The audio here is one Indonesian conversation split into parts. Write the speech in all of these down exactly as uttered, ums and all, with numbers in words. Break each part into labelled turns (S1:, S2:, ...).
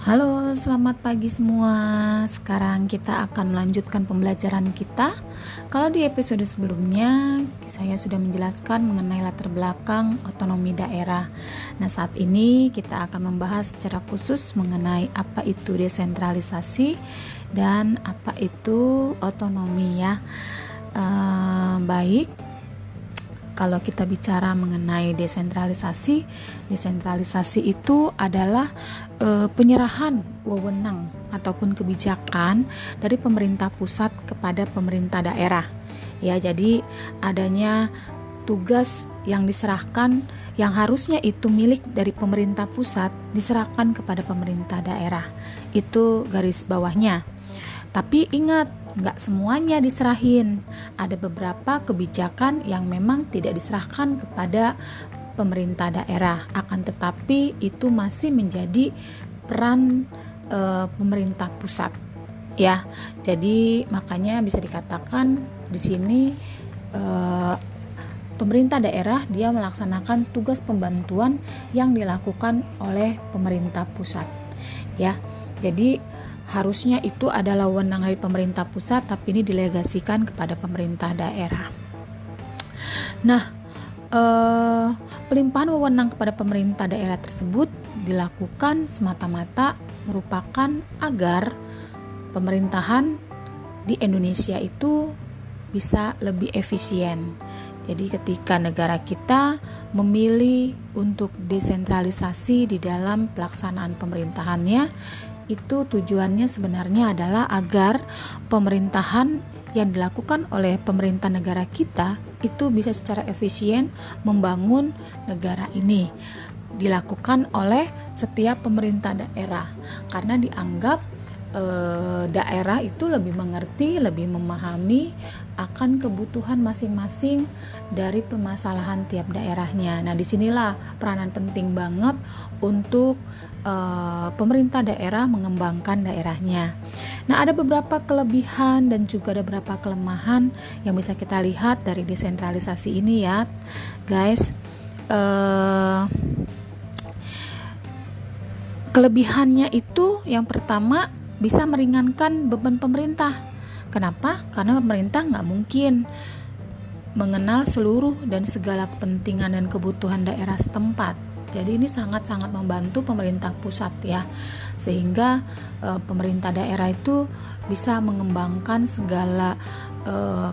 S1: Halo, selamat pagi semua. Sekarang kita akan melanjutkan pembelajaran kita. Kalau di episode sebelumnya, saya sudah menjelaskan mengenai latar belakang otonomi daerah. Nah, saat ini kita akan membahas secara khusus mengenai apa itu desentralisasi dan apa itu otonomi ya. Ehm, baik. Kalau kita bicara mengenai desentralisasi, desentralisasi itu adalah e, penyerahan wewenang ataupun kebijakan dari pemerintah pusat kepada pemerintah daerah. Ya, jadi adanya tugas yang diserahkan yang harusnya itu milik dari pemerintah pusat diserahkan kepada pemerintah daerah. Itu garis bawahnya. Tapi ingat, nggak semuanya diserahin. Ada beberapa kebijakan yang memang tidak diserahkan kepada pemerintah daerah. Akan tetapi itu masih menjadi peran e, pemerintah pusat. Ya, jadi makanya bisa dikatakan di sini e, pemerintah daerah dia melaksanakan tugas pembantuan yang dilakukan oleh pemerintah pusat. Ya, jadi harusnya itu adalah wewenang dari pemerintah pusat, tapi ini didelegasikan kepada pemerintah daerah. Nah, eh, pelimpahan wewenang kepada pemerintah daerah tersebut dilakukan semata-mata merupakan agar pemerintahan di Indonesia itu bisa lebih efisien. Jadi ketika negara kita memilih untuk desentralisasi di dalam pelaksanaan pemerintahannya, itu tujuannya sebenarnya adalah agar pemerintahan yang dilakukan oleh pemerintah negara kita itu bisa secara efisien membangun negara ini. Dilakukan oleh setiap pemerintah daerah karena dianggap eh, daerah itu lebih mengerti, lebih memahami akan kebutuhan masing-masing dari permasalahan tiap daerahnya. Nah, disinilah peranan penting banget untuk Uh, pemerintah daerah mengembangkan daerahnya. Nah, ada beberapa kelebihan dan juga ada beberapa kelemahan yang bisa kita lihat dari desentralisasi ini ya, guys. Uh, kelebihannya itu yang pertama bisa meringankan beban pemerintah. Kenapa? Karena pemerintah nggak mungkin mengenal seluruh dan segala kepentingan dan kebutuhan daerah setempat. Jadi ini sangat-sangat membantu pemerintah pusat ya, sehingga e, pemerintah daerah itu bisa mengembangkan segala e,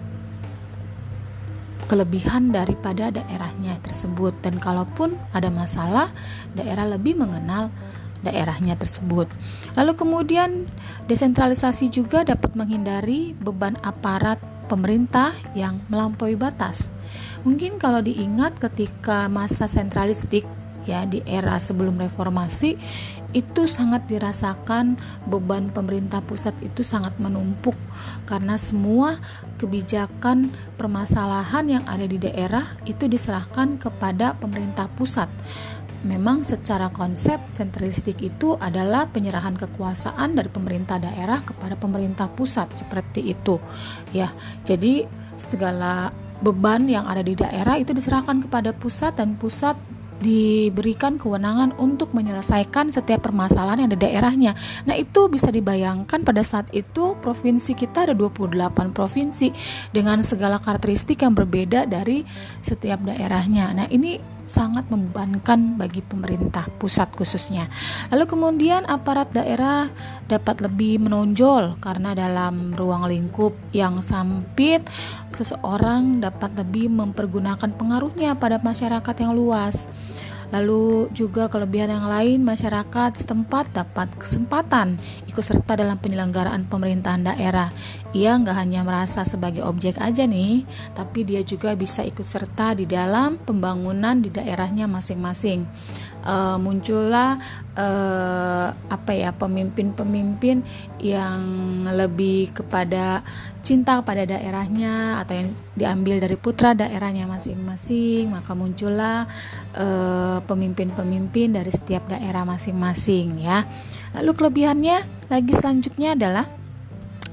S1: kelebihan daripada daerahnya tersebut. Dan kalaupun ada masalah, daerah lebih mengenal daerahnya tersebut. Lalu kemudian desentralisasi juga dapat menghindari beban aparat pemerintah yang melampaui batas. Mungkin kalau diingat ketika masa sentralistik ya di era sebelum reformasi itu sangat dirasakan beban pemerintah pusat itu sangat menumpuk karena semua kebijakan permasalahan yang ada di daerah itu diserahkan kepada pemerintah pusat. Memang secara konsep sentralistik itu adalah penyerahan kekuasaan dari pemerintah daerah kepada pemerintah pusat seperti itu ya. Jadi segala beban yang ada di daerah itu diserahkan kepada pusat dan pusat diberikan kewenangan untuk menyelesaikan setiap permasalahan yang ada di daerahnya. Nah, itu bisa dibayangkan pada saat itu provinsi kita ada dua puluh delapan provinsi dengan segala karakteristik yang berbeda dari setiap daerahnya. Nah, ini sangat membebankan bagi pemerintah pusat khususnya. Lalu kemudian aparat daerah dapat lebih menonjol karena dalam ruang lingkup yang sempit seseorang dapat lebih mempergunakan pengaruhnya pada masyarakat yang luas. Lalu juga kelebihan yang lain, masyarakat setempat dapat kesempatan ikut serta dalam penyelenggaraan pemerintahan daerah. Ia nggak hanya merasa sebagai objek aja nih, tapi dia juga bisa ikut serta di dalam pembangunan di daerahnya masing-masing. E, muncullah e, apa ya pemimpin-pemimpin yang lebih kepada cinta pada daerahnya atau yang diambil dari putra daerahnya masing-masing, maka muncullah e, pemimpin-pemimpin dari setiap daerah masing-masing ya. Lalu kelebihannya lagi selanjutnya adalah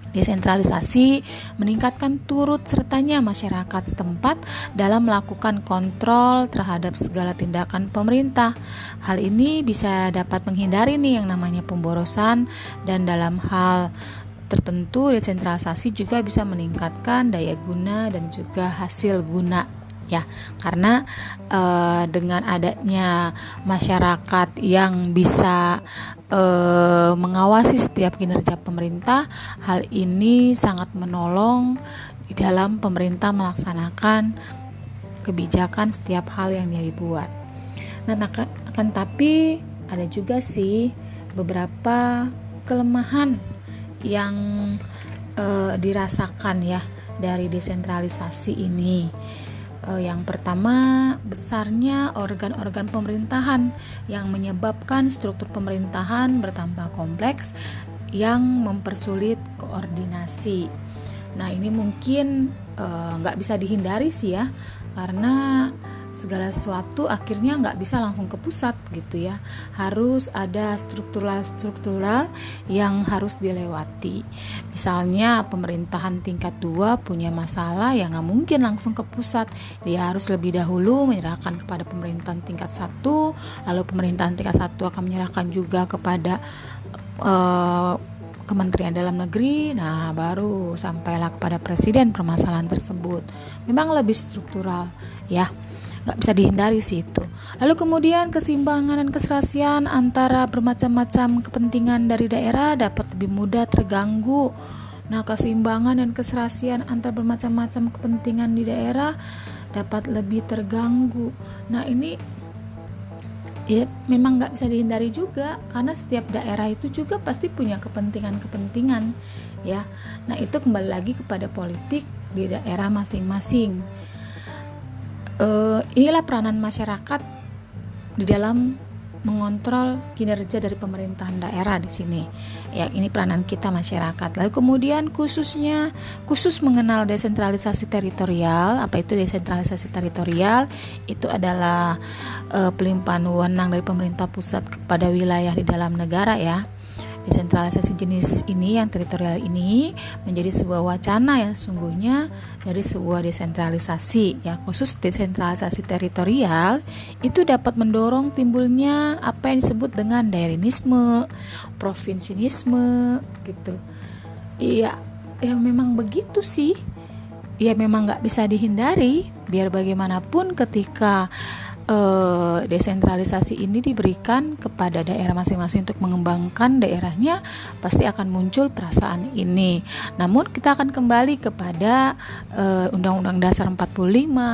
S1: Desentralisasi meningkatkan turut sertanya masyarakat setempat dalam melakukan kontrol terhadap segala tindakan pemerintah. Hal ini bisa dapat menghindari nih yang namanya pemborosan, dan dalam hal tertentu desentralisasi juga bisa meningkatkan daya guna dan juga hasil guna. Ya, karena e, dengan adanya masyarakat yang bisa e, mengawasi setiap kinerja pemerintah, hal ini sangat menolong di dalam pemerintah melaksanakan kebijakan setiap hal yang dia dibuat. Nah, akan, akan tapi ada juga sih beberapa kelemahan yang e, dirasakan ya dari desentralisasi ini. Yang pertama, besarnya organ-organ pemerintahan yang menyebabkan struktur pemerintahan bertambah kompleks yang mempersulit koordinasi. Nah, ini mungkin nggak e, bisa dihindari sih ya, karena segala sesuatu akhirnya nggak bisa langsung ke pusat gitu ya. Harus ada struktural-struktural yang harus dilewati. Misalnya pemerintahan tingkat dua punya masalah, ya nggak mungkin langsung ke pusat. Dia harus lebih dahulu menyerahkan kepada pemerintahan tingkat satu, lalu pemerintahan tingkat satu akan menyerahkan juga kepada uh, Kementerian Dalam Negeri, nah baru sampailah kepada Presiden permasalahan tersebut. Memang lebih struktural ya, nggak bisa dihindari sih itu. Lalu kemudian keseimbangan dan keserasian antara bermacam-macam kepentingan dari daerah dapat lebih mudah terganggu. Nah, keseimbangan dan keserasian antara bermacam-macam kepentingan di daerah dapat lebih terganggu. Nah, ini ya memang nggak bisa dihindari juga, karena setiap daerah itu juga pasti punya kepentingan-kepentingan ya. Nah, itu kembali lagi kepada politik di daerah masing-masing. Uh, inilah peranan masyarakat di dalam mengontrol kinerja dari pemerintahan daerah di sini. Ya, ini peranan kita masyarakat. Lalu kemudian khususnya khusus mengenal desentralisasi teritorial. Apa itu desentralisasi teritorial? Itu adalah e, pelimpahan wewenang dari pemerintah pusat kepada wilayah di dalam negara ya. Desentralisasi jenis ini yang teritorial ini menjadi sebuah wacana yang sungguhnya dari sebuah desentralisasi ya. Khusus desentralisasi teritorial itu dapat mendorong timbulnya apa yang disebut dengan daerahnisme, provinsinisme gitu. Iya, ya memang begitu sih. Ya memang nggak bisa dihindari. Biar bagaimanapun ketika Uh, desentralisasi ini diberikan kepada daerah masing-masing untuk mengembangkan daerahnya, pasti akan muncul perasaan ini. Namun kita akan kembali kepada uh, Undang-Undang Dasar empat puluh lima,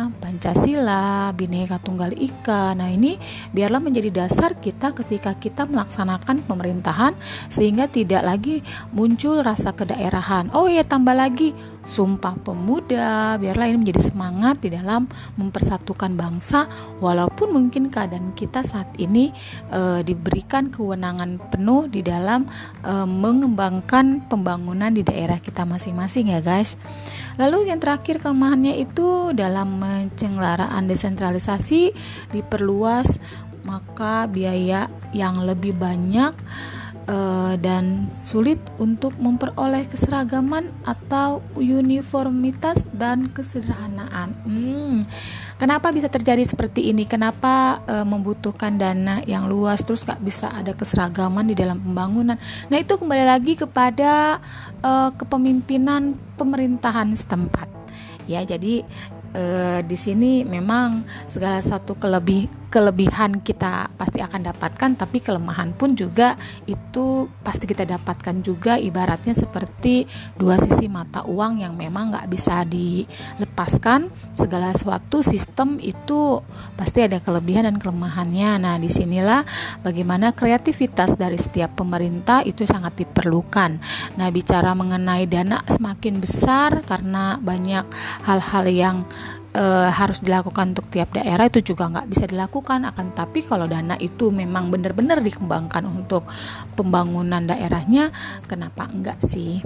S1: Pancasila, Bhinneka Tunggal Ika. Nah, ini biarlah menjadi dasar kita ketika kita melaksanakan pemerintahan, sehingga tidak lagi muncul rasa kedaerahan. Oh ya, tambah lagi Sumpah Pemuda, biarlah ini menjadi semangat di dalam mempersatukan bangsa, walaupun mungkin keadaan kita saat ini e, diberikan kewenangan penuh di dalam e, mengembangkan pembangunan di daerah kita masing-masing ya guys. Lalu yang terakhir kelemahannya itu dalam penyelenggaraan desentralisasi diperluas, maka biaya yang lebih banyak Uh, dan sulit untuk memperoleh keseragaman atau uniformitas dan kesederhanaan. Hmm, kenapa bisa terjadi seperti ini? Kenapa uh, membutuhkan dana yang luas terus gak bisa ada keseragaman di dalam pembangunan? Nah, itu kembali lagi kepada uh, kepemimpinan pemerintahan setempat. Ya, jadi uh, di sini memang segala satu kelebih kelebihan kita pasti akan dapatkan, tapi kelemahan pun juga itu pasti kita dapatkan juga. Ibaratnya seperti dua sisi mata uang yang memang nggak bisa dilepaskan. Segala sesuatu sistem itu pasti ada kelebihan dan kelemahannya. Nah, disinilah bagaimana kreativitas dari setiap pemerintah itu sangat diperlukan. Nah, bicara mengenai dana semakin besar karena banyak hal-hal yang E, harus dilakukan untuk tiap daerah, itu juga nggak bisa dilakukan. Akan tapi kalau dana itu memang benar-benar dikembangkan untuk pembangunan daerahnya, kenapa enggak sih?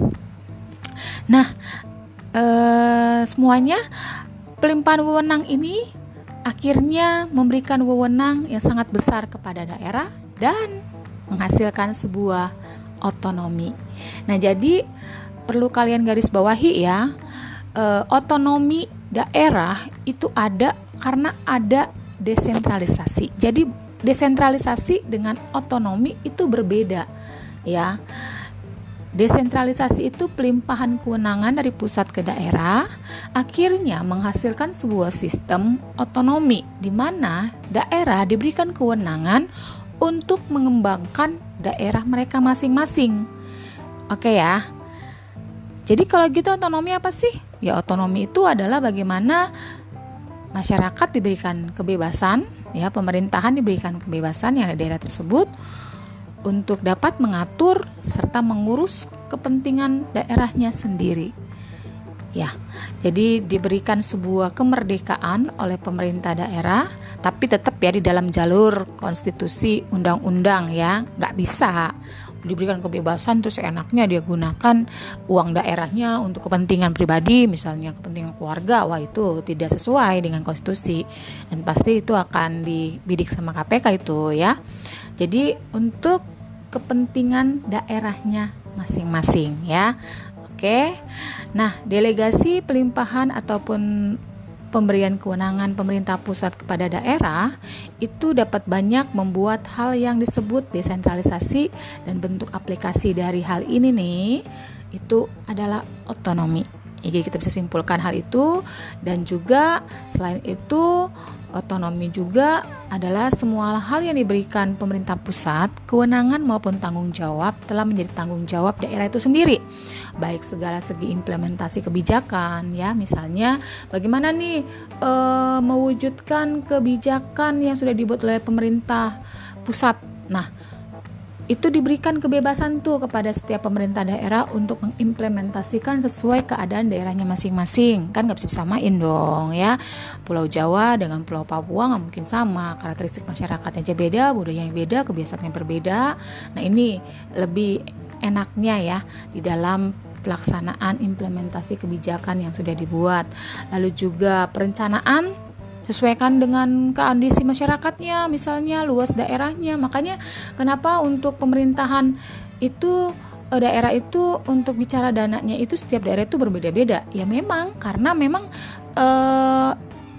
S1: Nah, e, semuanya pelimpahan wewenang ini akhirnya memberikan wewenang yang sangat besar kepada daerah dan menghasilkan sebuah otonomi. Nah, jadi perlu kalian garis bawahi ya, eh, otonomi daerah itu ada karena ada desentralisasi. Jadi desentralisasi dengan otonomi itu berbeda ya. Desentralisasi itu pelimpahan kewenangan dari pusat ke daerah, akhirnya menghasilkan sebuah sistem otonomi di mana daerah diberikan kewenangan untuk mengembangkan daerah mereka masing-masing. Oke ya. Jadi kalau gitu otonomi apa sih? Ya otonomi itu adalah bagaimana masyarakat diberikan kebebasan, ya pemerintahan diberikan kebebasan yang ada di daerah tersebut untuk dapat mengatur serta mengurus kepentingan daerahnya sendiri. Ya, jadi diberikan sebuah kemerdekaan oleh pemerintah daerah, tapi tetap ya di dalam jalur konstitusi, undang-undang ya, nggak bisa diberikan kebebasan terus enaknya dia gunakan uang daerahnya untuk kepentingan pribadi, misalnya kepentingan keluarga. Wah, itu tidak sesuai dengan konstitusi dan pasti itu akan dibidik sama K P K itu ya. Jadi untuk kepentingan daerahnya masing-masing ya. Oke. Nah, delegasi pelimpahan ataupun pemberian kewenangan pemerintah pusat kepada daerah itu dapat banyak membuat hal yang disebut desentralisasi, dan bentuk aplikasi dari hal ini nih itu adalah otonomi. Ya, jadi kita bisa simpulkan hal itu. Dan juga selain itu otonomi juga adalah semua hal yang diberikan pemerintah pusat, kewenangan maupun tanggung jawab telah menjadi tanggung jawab daerah itu sendiri. Baik segala segi implementasi kebijakan ya, misalnya bagaimana nih e, mewujudkan kebijakan yang sudah dibuat oleh pemerintah pusat. Nah, itu diberikan kebebasan tuh kepada setiap pemerintah daerah untuk mengimplementasikan sesuai keadaan daerahnya masing-masing. Kan gak bisa disamain dong ya. Pulau Jawa dengan Pulau Papua gak mungkin sama. Karakteristik masyarakatnya aja beda, budayanya beda, kebiasaannya berbeda. Nah, ini lebih enaknya ya di dalam pelaksanaan implementasi kebijakan yang sudah dibuat. Lalu juga perencanaan sesuaikan dengan kondisi masyarakatnya, misalnya luas daerahnya. Makanya kenapa untuk pemerintahan itu daerah itu untuk bicara dananya itu setiap daerah itu berbeda-beda. Ya memang karena memang eh,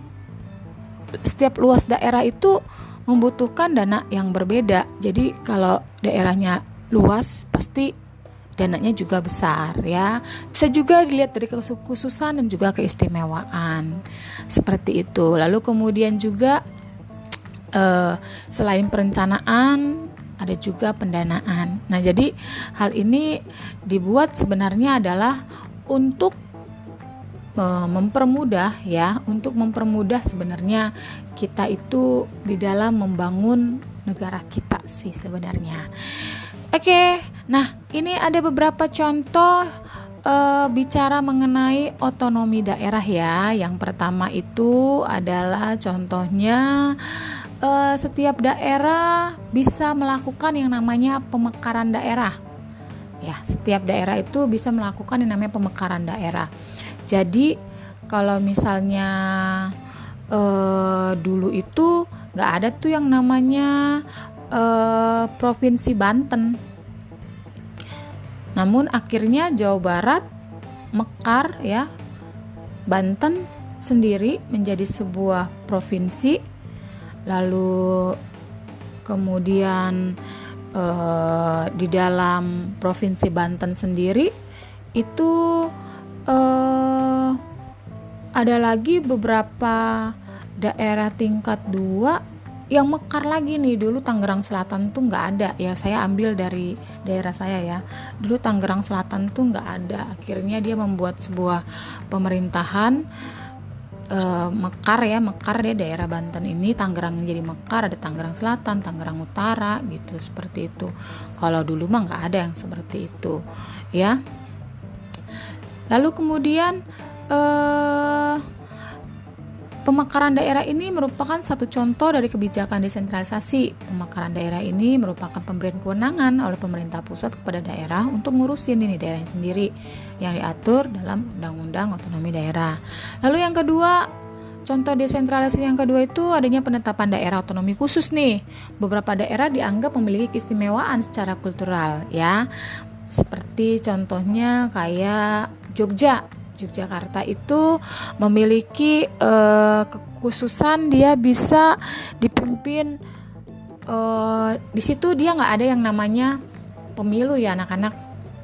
S1: setiap luas daerah itu membutuhkan dana yang berbeda. Jadi kalau daerahnya luas pasti dananya juga besar ya. Bisa juga dilihat dari kekhususan dan juga keistimewaan seperti itu. Lalu kemudian juga eh, selain perencanaan ada juga pendanaan. Nah, jadi hal ini dibuat sebenarnya adalah untuk eh, mempermudah ya, untuk mempermudah sebenarnya kita itu di dalam membangun negara kita sih sebenarnya. Oke, nah ini ada beberapa contoh e, bicara mengenai otonomi daerah ya. Yang pertama itu adalah contohnya e, setiap daerah bisa melakukan yang namanya pemekaran daerah. Ya, setiap daerah itu bisa melakukan yang namanya pemekaran daerah. Jadi kalau misalnya e, dulu itu nggak ada tuh yang namanya Uh, Provinsi Banten. Namun akhirnya Jawa Barat mekar ya, Banten sendiri menjadi sebuah provinsi. Lalu kemudian uh, di dalam Provinsi Banten sendiri itu uh, ada lagi beberapa daerah tingkat dua yang mekar lagi nih. Dulu Tangerang Selatan tuh nggak ada ya, saya ambil dari daerah saya ya. Dulu Tangerang Selatan tuh nggak ada, akhirnya dia membuat sebuah pemerintahan e, mekar ya, mekar ya daerah Banten ini. Tangerang jadi mekar, ada Tangerang Selatan, Tangerang Utara gitu, seperti itu. Kalau dulu mah nggak ada yang seperti itu ya. Lalu kemudian eh pemekaran daerah ini merupakan satu contoh dari kebijakan desentralisasi. Pemekaran daerah ini merupakan pemberian kewenangan oleh pemerintah pusat kepada daerah untuk ngurusin ini daerahnya sendiri yang diatur dalam Undang-Undang Otonomi Daerah. Lalu yang kedua, contoh desentralisasi yang kedua itu adanya penetapan daerah otonomi khusus nih. Beberapa daerah dianggap memiliki keistimewaan secara kultural ya. Seperti contohnya kayak Jogja. Yogyakarta itu memiliki uh, kekhususan dia bisa dipimpin uh, di situ dia nggak ada yang namanya pemilu ya anak-anak.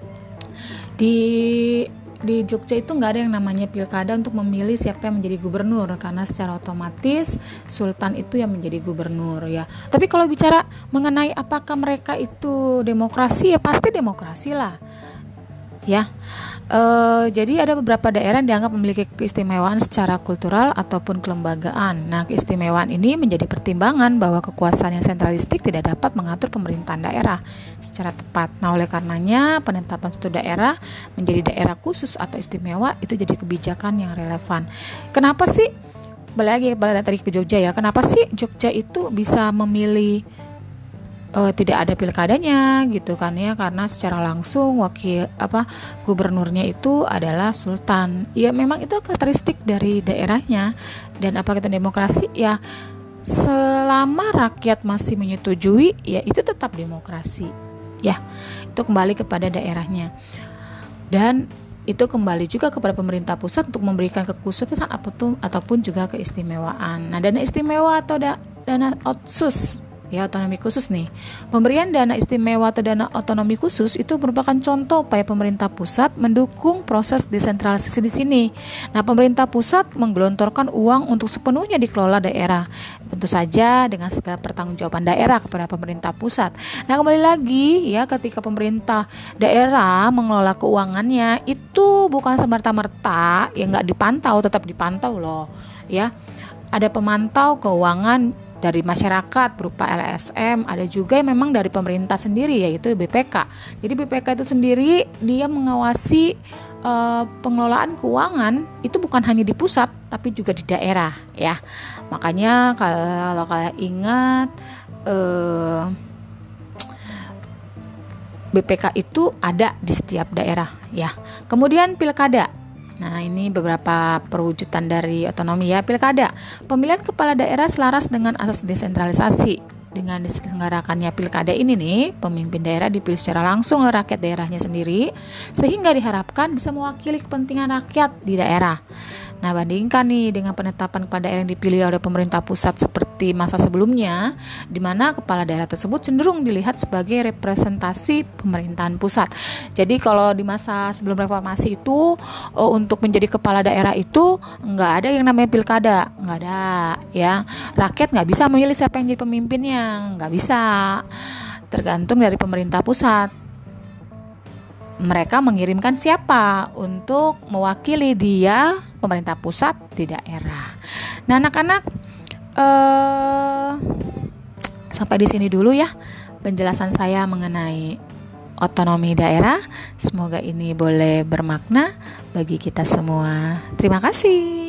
S1: Di di Jogja itu nggak ada yang namanya pilkada untuk memilih siapa yang menjadi gubernur, karena secara otomatis sultan itu yang menjadi gubernur ya. Tapi kalau bicara mengenai apakah mereka itu demokrasi, ya pasti demokrasi lah ya. Uh, jadi ada beberapa daerah yang dianggap memiliki keistimewaan secara kultural ataupun kelembagaan. Nah, keistimewaan ini menjadi pertimbangan bahwa kekuasaan yang sentralistik tidak dapat mengatur pemerintahan daerah secara tepat. Nah, oleh karenanya penetapan suatu daerah menjadi daerah khusus atau istimewa itu jadi kebijakan yang relevan. Kenapa sih? Balik lagi balik tadi ke Jogja ya. Kenapa sih Jogja itu bisa memilih Uh, tidak ada pilkadanya gitu kan ya, karena secara langsung wakil apa gubernurnya itu adalah sultan. Ya memang itu karakteristik dari daerahnya. Dan apa kita demokrasi ya, selama rakyat masih menyetujui ya itu tetap demokrasi ya. Itu kembali kepada daerahnya. Dan itu kembali juga kepada pemerintah pusat untuk memberikan kekhususan ataupun juga keistimewaan. Nah, dana istimewa atau da, dana otsus ya, otonomi khusus nih. Pemberian dana istimewa atau dana otonomi khusus itu merupakan contoh upaya pemerintah pusat mendukung proses desentralisasi di sini. Nah, pemerintah pusat menggelontorkan uang untuk sepenuhnya dikelola daerah. Tentu saja dengan segala pertanggungjawaban daerah kepada pemerintah pusat. Nah, kembali lagi ya, ketika pemerintah daerah mengelola keuangannya itu bukan semerta-merta ya nggak dipantau, tetap dipantau loh ya. Ada pemantau keuangan dari masyarakat berupa L S M, ada juga yang memang dari pemerintah sendiri yaitu B P K. Jadi B P K itu sendiri dia mengawasi uh, pengelolaan keuangan itu bukan hanya di pusat tapi juga di daerah ya. Makanya kalau kalian ingat uh, B P K itu ada di setiap daerah ya. Kemudian pilkada. Nah, ini beberapa perwujudan dari otonomi ya. Pilkada, pemilihan kepala daerah selaras dengan asas desentralisasi. Dengan diselenggarakannya pilkada ini nih, pemimpin daerah dipilih secara langsung oleh rakyat daerahnya sendiri, sehingga diharapkan bisa mewakili kepentingan rakyat di daerah. Nah, bandingkan nih dengan penetapan kepala daerah yang dipilih oleh pemerintah pusat seperti masa sebelumnya, di mana kepala daerah tersebut cenderung dilihat sebagai representasi pemerintahan pusat. Jadi kalau di masa sebelum reformasi itu, oh, untuk menjadi kepala daerah itu nggak ada yang namanya pilkada, nggak ada ya. Rakyat nggak bisa memilih siapa yang jadi pemimpinnya, nggak bisa. Tergantung dari pemerintah pusat. Mereka mengirimkan siapa untuk mewakili dia pemerintah pusat di daerah. Nah, anak-anak eh, sampai di sini dulu ya penjelasan saya mengenai otonomi daerah. Semoga ini boleh bermakna bagi kita semua. Terima kasih.